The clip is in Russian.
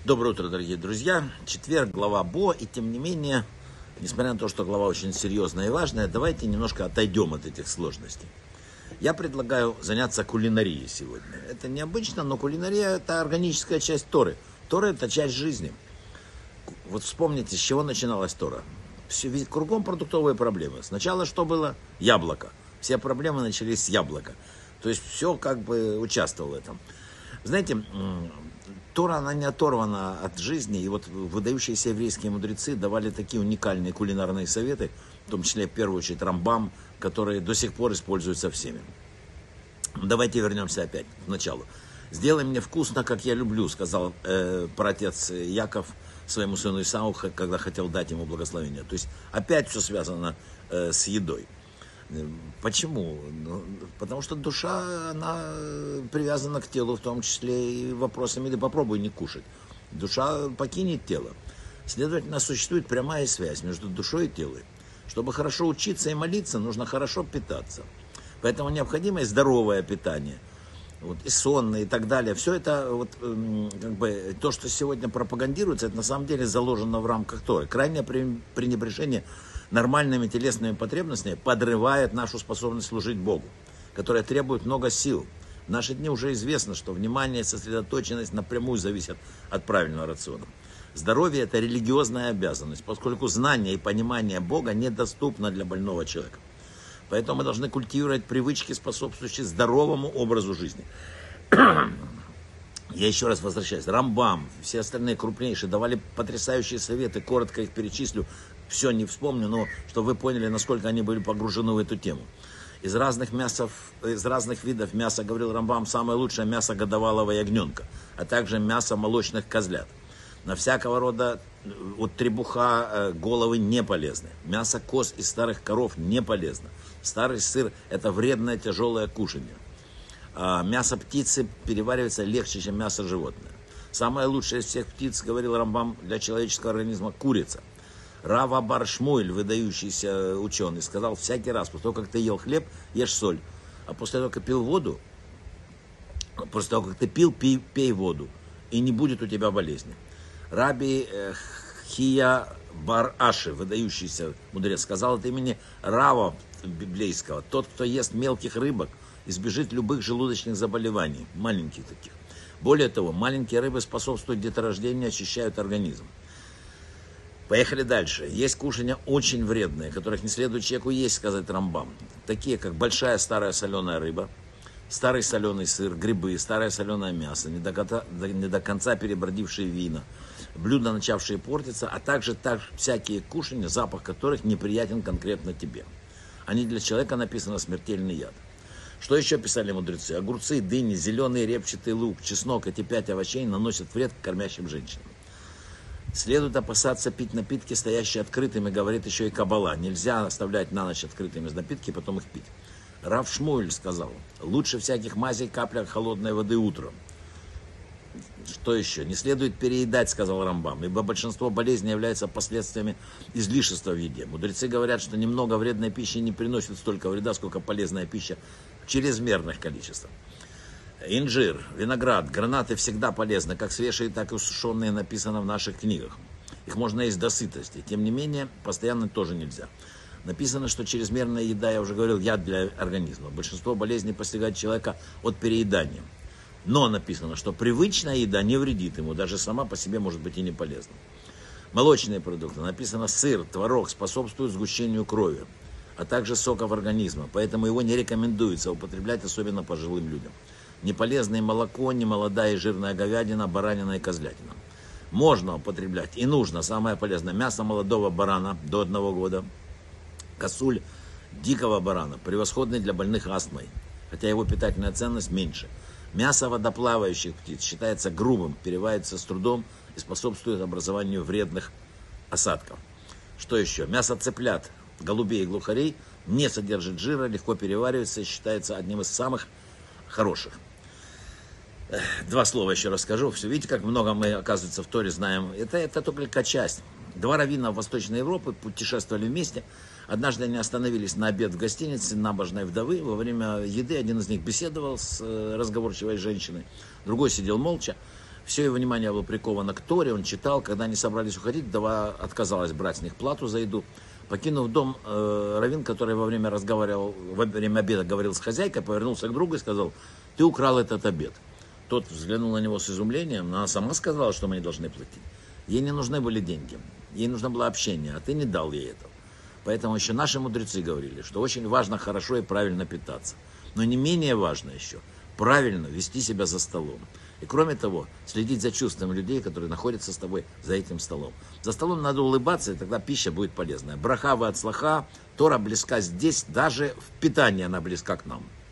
Доброе утро, дорогие друзья. Четверг, глава Бо, и тем не менее, несмотря на то, что глава очень серьезная и важная, давайте немножко отойдем от этих сложностей. Я предлагаю заняться кулинарией сегодня. Это необычно, но кулинария – это органическая часть Торы. Тора – это часть жизни. Вот вспомните, с чего начиналась Тора. Ведь кругом продуктовые проблемы. Сначала что было? Яблоко. Все проблемы начались с яблока. То есть все как бы участвовало в этом. Знаете, Тора, она не оторвана от жизни, и вот выдающиеся еврейские мудрецы давали такие уникальные кулинарные советы, в том числе, в первую очередь, Рамбам, которые до сих пор используются всеми. Давайте вернемся опять к началу. «Сделай мне вкусно, как я люблю», сказал праотец Яков своему сыну Исаву, когда хотел дать ему благословение. То есть опять все связано с едой. Почему? Потому что душа, она привязана к телу, в том числе и вопросами «да попробуй не кушать». Душа покинет тело. Следовательно, существует прямая связь между душой и телом. Чтобы хорошо учиться и молиться, нужно хорошо питаться. Поэтому необходимо и здоровое питание, вот, и сонное, и так далее. Все это, вот, как бы, то, что сегодня пропагандируется, это на самом деле заложено в рамках Торы. Крайнее пренебрежение нормальными телесными потребностями подрывает нашу способность служить Богу, которая требует много сил. В наши дни уже известно, что внимание и сосредоточенность напрямую зависят от правильного рациона. Здоровье – это религиозная обязанность, поскольку знание и понимание Бога недоступно для больного человека. Поэтому мы должны культивировать привычки, способствующие здоровому образу жизни. Я еще раз возвращаюсь. Рамбам, все остальные крупнейшие давали потрясающие советы, коротко их перечислю. Все не вспомню, но чтобы вы поняли, насколько они были погружены в эту тему. Из разных видов мяса, говорил Рамбам, самое лучшее мясо годовалого ягненка, а также мясо молочных козлят. На всякого рода от требуха головы не полезны. Мясо коз и старых коров не полезно. Старый сыр – это вредное тяжелое кушанье. Мясо птицы переваривается легче, чем мясо животное. Самое лучшее из всех птиц, говорил Рамбам, для человеческого организма – курица. Рав бар Шмуэль, выдающийся ученый, сказал: всякий раз, после того, как ты ел хлеб, ешь соль. А после того, как пил воду, после того, как ты пил, пей воду. И не будет у тебя болезни. Раби Хия бар Аши, выдающийся мудрец, сказал от имени Рава библейского: тот, кто ест мелких рыбок, избежит любых желудочных заболеваний, маленьких таких. Более того, маленькие рыбы способствуют деторождению, очищают организм. Поехали дальше. Есть кушания очень вредные, которых не следует человеку есть, сказать Рамбам. Такие, как большая старая соленая рыба, старый соленый сыр, грибы, старое соленое мясо, не до конца перебродившие вина, блюда, начавшие портиться, а также всякие кушания, запах которых неприятен конкретно тебе. Они для человека написано смертельный яд. Что еще писали мудрецы? Огурцы, дыни, зеленый репчатый лук, чеснок, эти 5 овощей наносят вред кормящим женщинам. Следует опасаться пить напитки, стоящие открытыми, говорит еще и Каббала. Нельзя оставлять на ночь открытыми напитки, потом их пить. Рав Шмуэль сказал: лучше всяких мазей капля холодной воды утром. Что еще? Не следует переедать, сказал Рамбам, ибо большинство болезней являются последствиями излишества в еде. Мудрецы говорят, что немного вредной пищи не приносит столько вреда, сколько полезная пища в чрезмерных количествах. Инжир, виноград, гранаты всегда полезны, как свежие, так и сушеные, написано в наших книгах. Их можно есть до сытости. Тем не менее, постоянно тоже нельзя. Написано, что чрезмерная еда, я уже говорил, яд для организма. Большинство болезней постигает человека от переедания. Но написано, что привычная еда не вредит ему, даже сама по себе может быть и не полезна. Молочные продукты. Написано, сыр, творог способствуют сгущению крови, а также соков организма. Поэтому его не рекомендуется употреблять, особенно пожилым людям. Не полезное молоко, не молодая и жирная говядина, баранина и козлятина. Можно употреблять и нужно, самое полезное, мясо молодого барана до 1 года, косуль дикого барана, превосходный для больных астмой, хотя его питательная ценность меньше. Мясо водоплавающих птиц считается грубым, переваривается с трудом и способствует образованию вредных осадков. Что еще? Мясо цыплят, голубей и глухарей не содержит жира, легко переваривается и считается одним из самых хороших. 2 слова еще расскажу. Все, видите, как много мы, оказывается, в Торе знаем. Это только часть. 2 раввина в Восточной Европе путешествовали вместе. Однажды они остановились на обед в гостинице набожной вдовы. Во время еды один из них беседовал с разговорчивой женщиной, другой сидел молча. Все его внимание было приковано к Торе, он читал. Когда они собрались уходить, Дава отказалась брать с них плату за еду. Покинув дом, раввин, который во время обеда говорил с хозяйкой, повернулся к другу и сказал: ты украл этот обед. Тот взглянул на него с изумлением, но она сама сказала, что мы не должны платить. Ей не нужны были деньги, ей нужно было общение, а ты не дал ей этого. Поэтому еще наши мудрецы говорили, что очень важно хорошо и правильно питаться. Но не менее важно еще правильно вести себя за столом. И кроме того, следить за чувствами людей, которые находятся с тобой за этим столом. За столом надо улыбаться, и тогда пища будет полезная. Браха ва ацлаха, Тора близка здесь, даже в питании она близка к нам.